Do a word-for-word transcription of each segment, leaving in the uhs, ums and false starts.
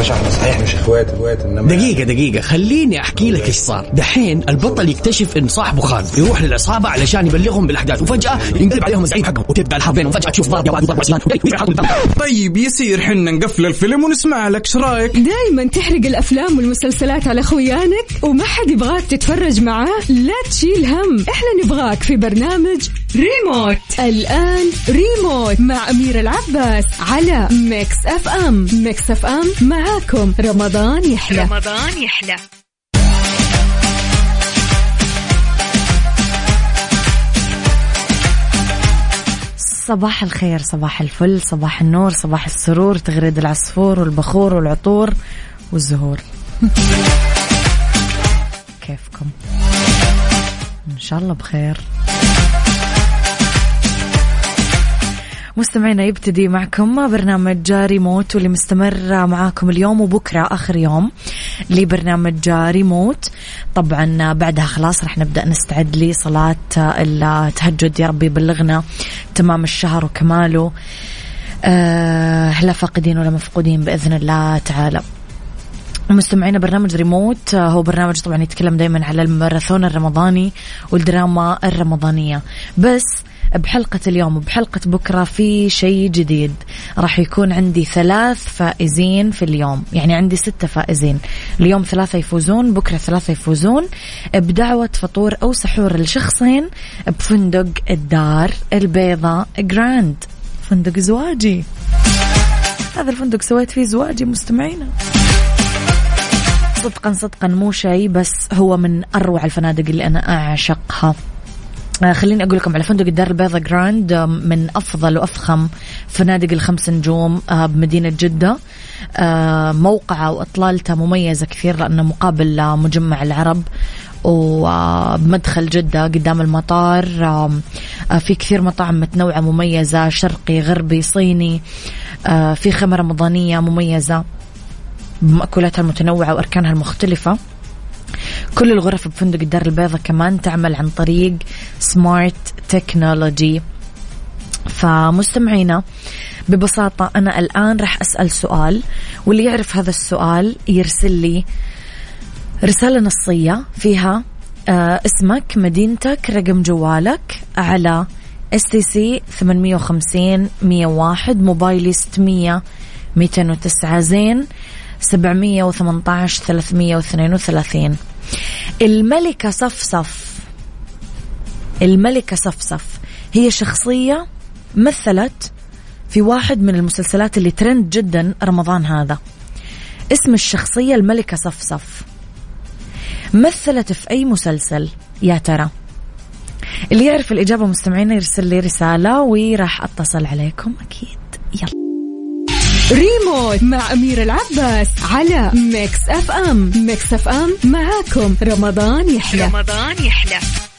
باشا احنا صحيح مش اخوات اخوات انما دقيقة دقيقة خليني احكي لك ايش صار. دحين البطل يكتشف ان صاحبه خان، يروح للعصابة علشان يبلغهم بالاحداث، وفجأة ينقلب عليهم الزعيم حقهم وتبدا الحرب بينهم، وفجأة تشوف ضرب يا واد ضرب عصيان. طيب يصير حنا نقفل الفيلم ونسمع لك، ايش رايك؟ دايما تحرق الافلام والمسلسلات على خويانك وما حد يبغاك تتفرج معاه؟ لا تشيل هم، احنا نبغاك في برنامج ريموت. الآن ريموت مع أميرة العباس على ميكس اف ام. ميكس اف ام معاكم رمضان يحلى. رمضان يحلى. صباح الخير، صباح الفل، صباح النور، صباح السرور، تغريد العصفور والبخور والعطور والزهور. كيفكم؟ إن شاء الله بخير. مستمعينا يبتدي معكم برنامج ريموت، واللي مستمر معاكم اليوم وبكرة آخر يوم لبرنامج ريموت. طبعا بعدها خلاص رح نبدأ نستعد لصلاة التهجد، يا ربي يبلغنا تمام الشهر وكماله، أه لا فاقدين ولا مفقودين بإذن الله تعالى. مستمعينا برنامج ريموت هو برنامج طبعا يتكلم دايما على الماراثون الرمضاني والدراما الرمضانية، بس بحلقة اليوم وبحلقة بكرة في شيء جديد. راح يكون عندي ثلاث فائزين في اليوم، يعني عندي ستة فائزين اليوم، ثلاثة يفوزون، بكرة ثلاثة يفوزون بدعوة فطور أو سحور لشخصين بفندق الدار البيضاء جراند، فندق زواجي. هذا الفندق سويت فيه زواجي مستمعينا، صدقا صدقا مو شيء، بس هو من أروع الفنادق اللي أنا أعشقها. خليني أقول لكم على فندق الدار البيضاء جراند، من أفضل وأفخم فنادق الخمس نجوم بمدينة جدة. موقعه وإطلالته مميزة كثير لأنه مقابل مجمع العرب وبمدخل جدة قدام المطار. في كثير مطاعم متنوعة مميزة، شرقي غربي صيني، في خيمة رمضانية مميزة بمأكولاتها المتنوعة وأركانها المختلفة. كل الغرف بفندق الدار البيضاء كمان تعمل عن طريق سمارت تكنولوجي. فمستمعينا ببساطة أنا الآن رح أسأل سؤال، واللي يعرف هذا السؤال يرسل لي رسالة نصية فيها آه اسمك، مدينتك، رقم جوالك على إس تي سي ثمانمية وخمسين مية وواحد، موبايلي ستمية ميتين وتسعة، زين سبعمية وثمانية عشر ثلاثمية واثنين وثلاثين. الملكة صفصف، الملكة صفصف هي شخصية مثلت في واحد من المسلسلات اللي ترند جدا رمضان هذا. اسم الشخصية الملكة صفصف، مثلت في أي مسلسل يا ترى؟ اللي يعرف الإجابة مستمعين يرسل لي رسالة وراح أتصل عليكم أكيد. يلا ريموت مع أميرة العباس على ميكس اف ام. ميكس اف ام معاكم رمضان يحلى. رمضان يحلى.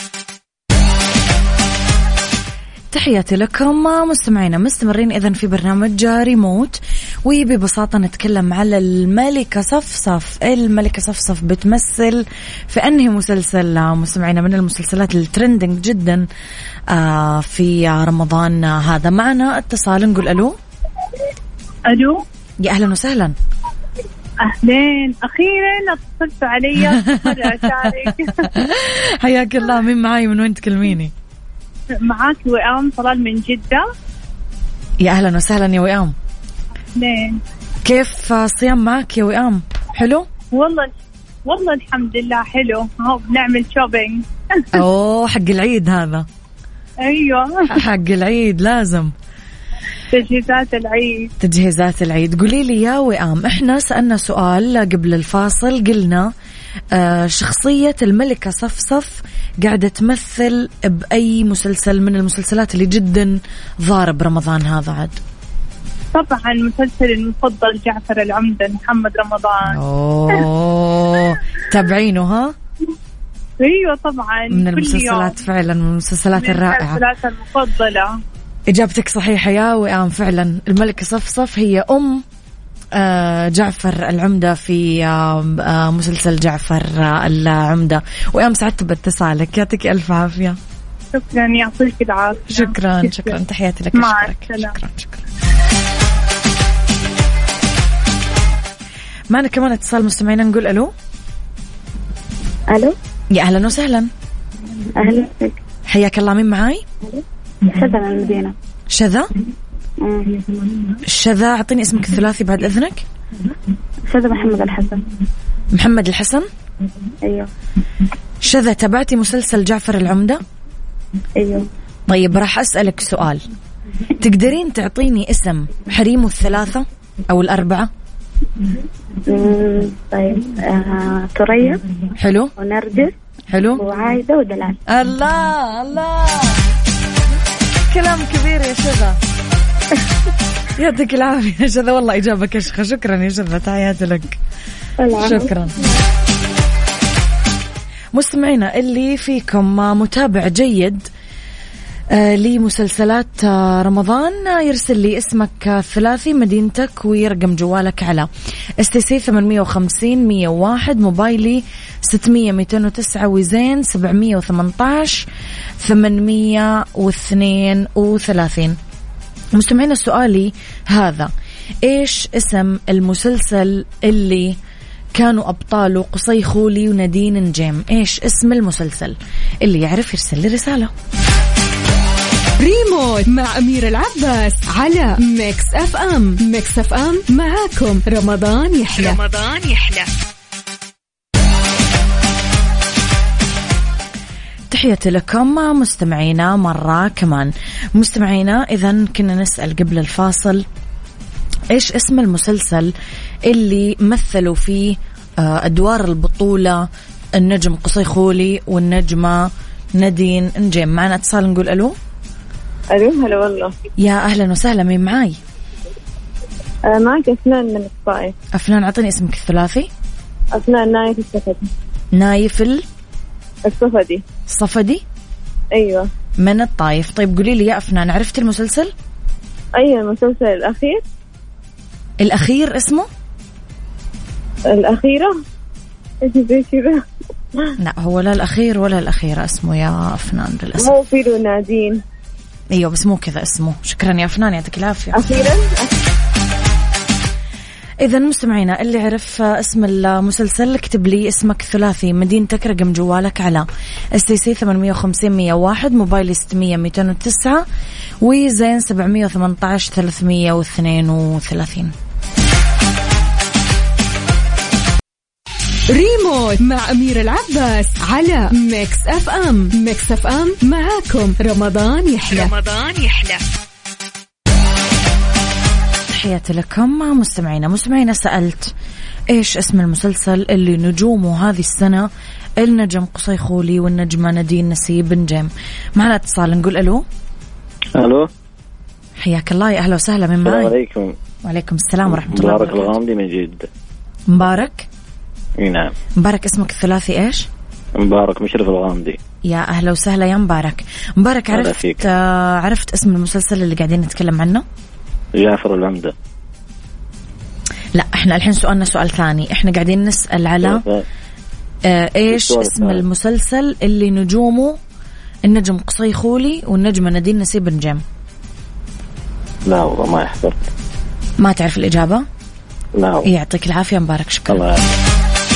تحياتي لكم مستمعينا، مستمرين إذن في برنامج ريموت، وببساطة نتكلم على الملكة صفصف. الملكة صفصف بتمثل في أنهي مسلسل مستمعينا من المسلسلات الترندنج جدا في رمضان هذا؟ معنا اتصال، نقول ألو. ألو، يا أهلا وسهلا. أهلين، أخيرا اتصلت علي مرة أشارك. حياك الله، مين معاي من وين تكلميني؟ معاك وئام طلال من جدة. يا أهلا وسهلا يا وئام. أهلين، كيف صيام معك يا وئام؟ حلو؟ والله والله الحمد لله حلو، هو بنعمل شوبينج. أوه حق العيد هذا. أيوة حق العيد لازم تجهيزات العيد. تجهيزات العيد. قولي لي يا وئام، احنا سألنا سؤال قبل الفاصل، قلنا آه شخصية الملكة صفصف قاعدة تمثل بأي مسلسل من المسلسلات اللي جدا ضارب رمضان هذا؟ عاد طبعا المسلسل المفضل جعفر العمدة، محمد رمضان. أوه تابعينه ها؟ ايوه طبعا، من المسلسلات فعلا، من المسلسلات الرائعة، من المسلسلات المفضلة. إجابتك صحيحة يا وئام، فعلا الملكة صفصف هي أم جعفر العمدة في مسلسل جعفر العمدة. وأيام سعدت باتصالك، يعطيك ألف عافية. شكرا، يعطيك العافية. شكرا شكرا, شكرا. تحياتي لك. مع شكرا شكرا. معنا كمان اتصال مستمعينا، نقول ألو. ألو، يا أهلا وسهلا. أهلا بك. حياك الله، مين معاي؟ شذا من المدينة. شذا؟ شذا، أعطيني اسمك الثلاثي بعد إذنك. شذا محمد الحسن. محمد الحسن؟ أيوه. شذا، تابعتي مسلسل جعفر العمدة؟ أيوه. طيب راح أسألك سؤال، تقدرين تعطيني اسم حريمه الثلاثة أو الأربعة؟ طيب آه، ثريا. حلو. ونرجس. حلو. وعايدة ودلال. الله الله، كلام كبير يا شذا. يعطيك العافية يا شذا، والله إجابة كشخة. شكرا يا شذا، تحياتي لك. شكرا. مستمعينا اللي فيكم متابع جيد آه لمسلسلات آه رمضان، يرسل لي اسمك الثلاثي، مدينتك، ورقم جوالك على اس تي سي ثمانية وخمسين مية وواحد، موبايلي ستمية مئتين وتسعة، وزين سبعمية وثمانية عشر ثمانمية واثنين وثلاثين. مستمعينا سؤالي هذا، ايش اسم المسلسل اللي كانوا أبطاله قصي خولي ونادين نجيم؟ إيش اسم المسلسل؟ اللي يعرف يرسل لي رسالة. ريموت مع أمير العباس على ميكس أف أم. ميكس أف أم معاكم رمضان يحلى. رمضان يحلى. تحياتي لكم مستمعينا مرة كمان. مستمعينا إذن كنا نسأل قبل الفاصل إيش اسم المسلسل اللي مثلوا فيه أدوار البطولة النجم قصي خولي والنجمة نادين نجيم؟ معنا اتصال، نقول ألو. ألو، هلا والله. يا أهلا وسهلا، مين معاي؟ أه معك أفنان من الطائف. أفنان، عطني اسمك الثلاثي. أفنان نايف الصفدي. نايف الصفدي. الصفدي؟ أيوة. من الطائف. طيب قولي لي يا أفنان، عرفت المسلسل؟ أيوة، المسلسل الأخير. الأخير اسمه؟ الأخيرة إيش زي كذا. لا هو لا الأخير ولا الأخيرة اسمه يا أفنان للأسف. مو فيلو نادين. أيوة بس مو كذا اسمه. شكرا يا أفنان، يعطيك العافية. أخيرا. إذا مستمعينا اللي عرف اسم المسلسل اكتب لي اسمك ثلاثي، مدينتك، رقم جوالك على اس تي سي ثمانية وخمسين مية وواحد، موبايلي ستمية مئتين وتسعة، وزين سبعمية وثمانية عشر ثلاثمية واثنين وثلاثين. ريموت مع أمير العباس على ميكس أف أم. ميكس أف أم معاكم رمضان يحلى. رمضان يحلى. تحياتي لكم مستمعينا. مستمعينا سألت إيش اسم المسلسل اللي نجومه هذه السنة النجم قصي خولي والنجمة نادين نسيب نجيم؟ معنا اتصال، نقول ألو. ألو، حياك الله، يا أهلا وسهلا، من معي؟ السلام عليكم. وعليكم السلام ورحمة الله وبركاته. وبركاته. مبارك الغامدي من جدة. مبارك؟ اي نعم. مبارك، اسمك الثلاثي إيش؟ مبارك مشرف الغامدي. يا أهلا وسهلا يا مبارك. مبارك، عرفت آه عرفت اسم المسلسل اللي قاعدين نتكلم عنه؟ جعفر العمدة. لا احنا الحين سؤالنا سؤال ثاني، احنا قاعدين نسأل على آه ايش اسم المسلسل اللي نجومه النجم قصي خولي والنجمة نادين نسيب نجيم؟ لا والله ما يحضر. ما تعرف الإجابة؟ لا. يعطيك العافية مبارك، شكرا. الله يعافيك.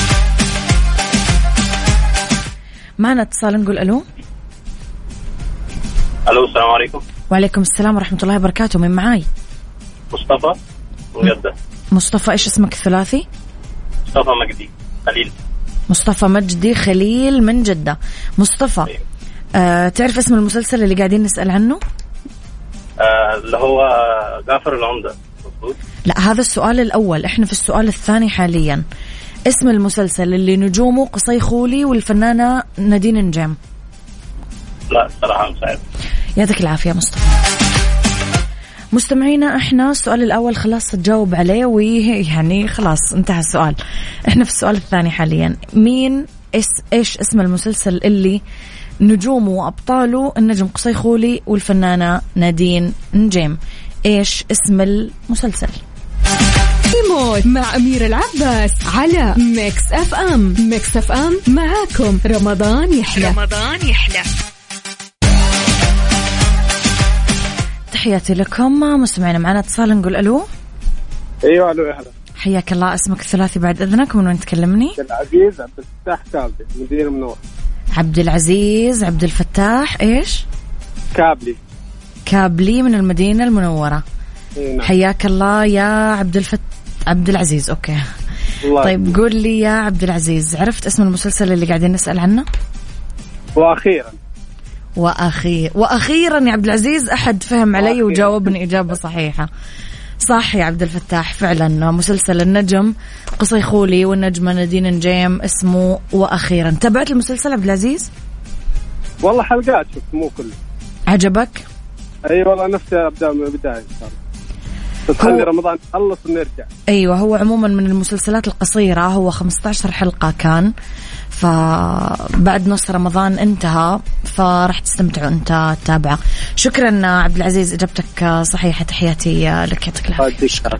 معنا اتصال، نقول ألو. ألو، السلام عليكم. وعليكم السلام ورحمة الله وبركاته، من معاي؟ مصطفى من جدة. مصطفى، إيش اسمك الثلاثي؟ مصطفى مجدي خليل. مصطفى مجدي خليل من جدة. مصطفى آه، تعرف اسم المسلسل اللي قاعدين نسأل عنه؟ آه، اللي هو جعفر العمدة. مظبوط. لا هذا السؤال الأول، احنا في السؤال الثاني حاليا. اسم المسلسل اللي نجومه قصي خولي والفنانة نادين نجيم؟ لا صراحة مش عارف. يعطيك العافية مصطفى. مستمعينا احنا السؤال الأول خلاص تجاوب عليه ويعني خلاص انتهى السؤال. احنا في السؤال الثاني حاليا. مين اس ايش اسم المسلسل اللي نجومه وأبطاله النجم قصي خولي والفنانة نادين نجيم؟ ايش اسم المسلسل؟ ريموت مع أمير العباس على ميكس أف أم. ميكس أف أم معاكم رمضان يحلى. رمضان يحلى. تحياتي لكم مستمعينا. معنا اتصال، نقول ألو. ايوه الو. يا هلا. حياك الله، اسمك الثلاثي بعد إذنك، من وين تكلمني؟ عبد العزيز عبد الفتاح كابلي من مدينة منورة. عبد العزيز عبد الفتاح إيش؟ كابلي. كابلي من المدينة المنورة. نعم. حياك الله يا عبد الفت عبد العزيز. أوكي. طيب الله. قول لي يا عبد العزيز، عرفت اسم المسلسل اللي قاعدين نسأل عنه؟ وأخيرا وأخير وأخيرا يا عبد العزيز أحد فهم علي وجاوبني إجابة صحيحة. صح يا عبد الفتاح، فعلا مسلسل النجم قصي خولي والنجمة نادين نجيم اسمه وأخيرا. تابعت المسلسل عبد العزيز؟ والله حلقات شفت مو كله. عجبك؟ أي والله نفسي أبدأ من البداية بس خلي رمضان خلص ونرجع. أيوة، هو عموما من المسلسلات القصيرة، هو خمسة عشر حلقة كان، فبعد نص رمضان انتهى، فرح تستمتعوا انت تتابعه. شكرا عبد العزيز، اجابتك صحيحة، تحياتي لك، يعطيك العافية. شكرا.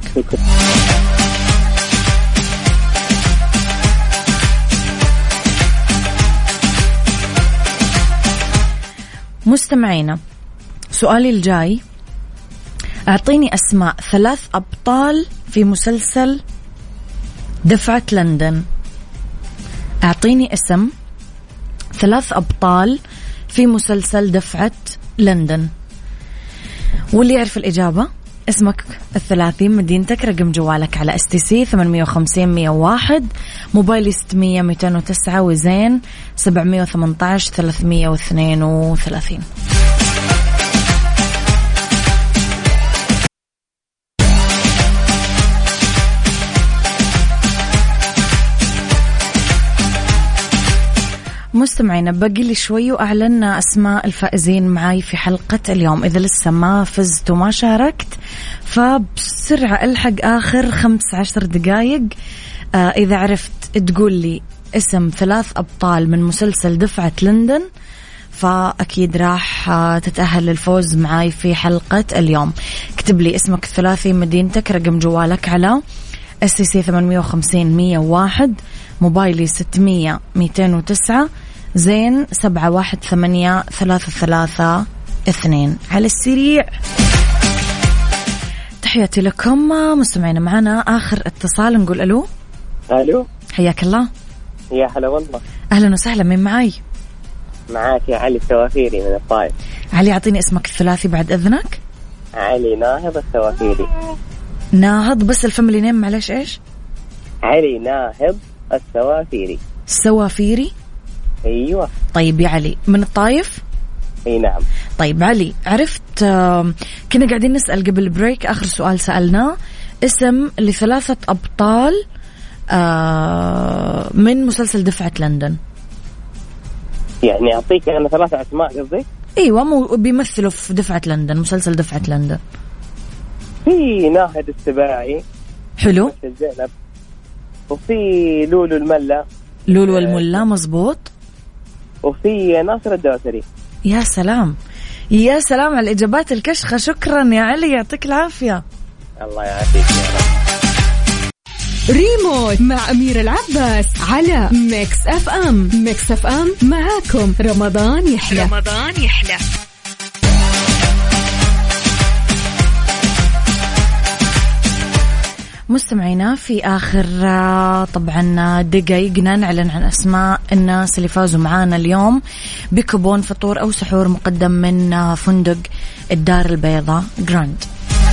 مستمعينا، سؤالي الجاي، اعطيني اسماء ثلاث ابطال في مسلسل دفعة لندن. أعطيني اسم ثلاث أبطال في مسلسل دفعة لندن، واللي يعرف الإجابة اسمك الثلاثي، مدينتك، رقم جوالك على اس تي سي ثمانية خمسين مية وواحد، موبايلي ستمية مئتين وتسعة، وزين سبعمية وثمانية عشر ثلاثمية واثنين وثلاثين. مستمعينا، باقي لي شوي وأعلنا أسماء الفائزين معاي في حلقة اليوم. إذا لسه ما فزت وما شاركت فبسرعة ألحق آخر خمس عشر دقايق. آه إذا عرفت تقول لي اسم ثلاث أبطال من مسلسل دفعة لندن فأكيد راح تتأهل للفوز معاي في حلقة اليوم. اكتب لي اسمك الثلاثي، مدينتك، رقم جوالك على اس تي سي ثمانية خمسين مية وواحد، موبايلي ستمية مئتين وتسعة، زين سبعة واحد ثمانية ثلاثة ثلاثة اثنين. على السريع تحياتي لكم مستمعين. معنا آخر اتصال، نقول ألو. ألو، حياك الله. يا هلا والله. أهلا وسهلا، مين معاي؟ معاك يا علي السوافيري من الطائف. علي، أعطيني اسمك الثلاثي بعد إذنك. علي ناهض السوافيري. ناهض بس الفاميلي نيم معلش إيش؟ علي ناهض السوافيري. السوافيري؟ أيوة. طيب يا علي من الطائف؟ أي نعم. طيب علي، عرفت كنا قاعدين نسأل قبل بريك، آخر سؤال سألناه اسم لثلاثة أبطال من مسلسل دفعة لندن. يعني أعطيك أنا ثلاثة أسماء قصدي؟ أيوة، مو بيمثلوا في دفعة لندن، مسلسل دفعة لندن. في ناهد السباعي. حلو. زينب. وفي لولو الملا. لولو الملا مزبوط. وفي ناصر الدوسري. يا سلام يا سلام على الإجابات الكشخة. شكرا يا علي، يعطيك العافية. الله يعافيك يا رب. ريموت مع أمير العباس على ميكس أف أم. ميكس أف أم معاكم رمضان يحلى. رمضان يحلى. مستمعينا، في آخر طبعا دقايقنا نعلن عن أسماء الناس اللي فازوا معانا اليوم بكوبون فطور أو سحور مقدم من فندق الدار البيضاء جراند.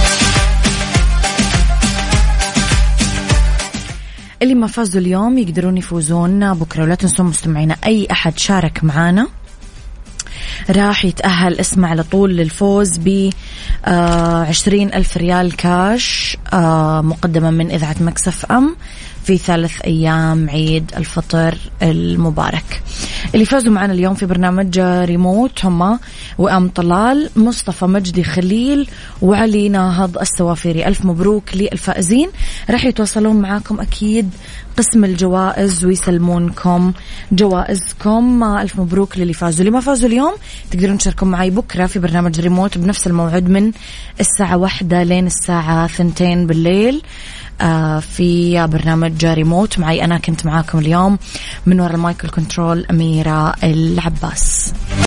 اللي ما فازوا اليوم يقدرون يفوزون بكرة. ولا تنسوا مستمعينا، أي أحد شارك معانا راح يتأهل اسمه على طول للفوز ب عشرين ألف ريال كاش مقدمة من إذاعة ميكس أف أم في ثالث أيام عيد الفطر المبارك. اللي فازوا معنا اليوم في برنامج ريموت هم وأم طلال، مصطفى مجدي خليل، وعلي ناهض السوافيري. ألف مبروك للفائزين. راح يتواصلون معاكم أكيد قسم الجوائز ويسلمونكم جوائزكم. ألف مبروك للي فازوا. اللي ما فازوا اليوم تقدرون تشاركون معي بكرة في برنامج ريموت بنفس الموعد من الساعة واحدة لين الساعة ثنتين بالليل في برنامج ريموت. معي أنا كنت معاكم اليوم من وراء المايكل كنترول أميرة العباس.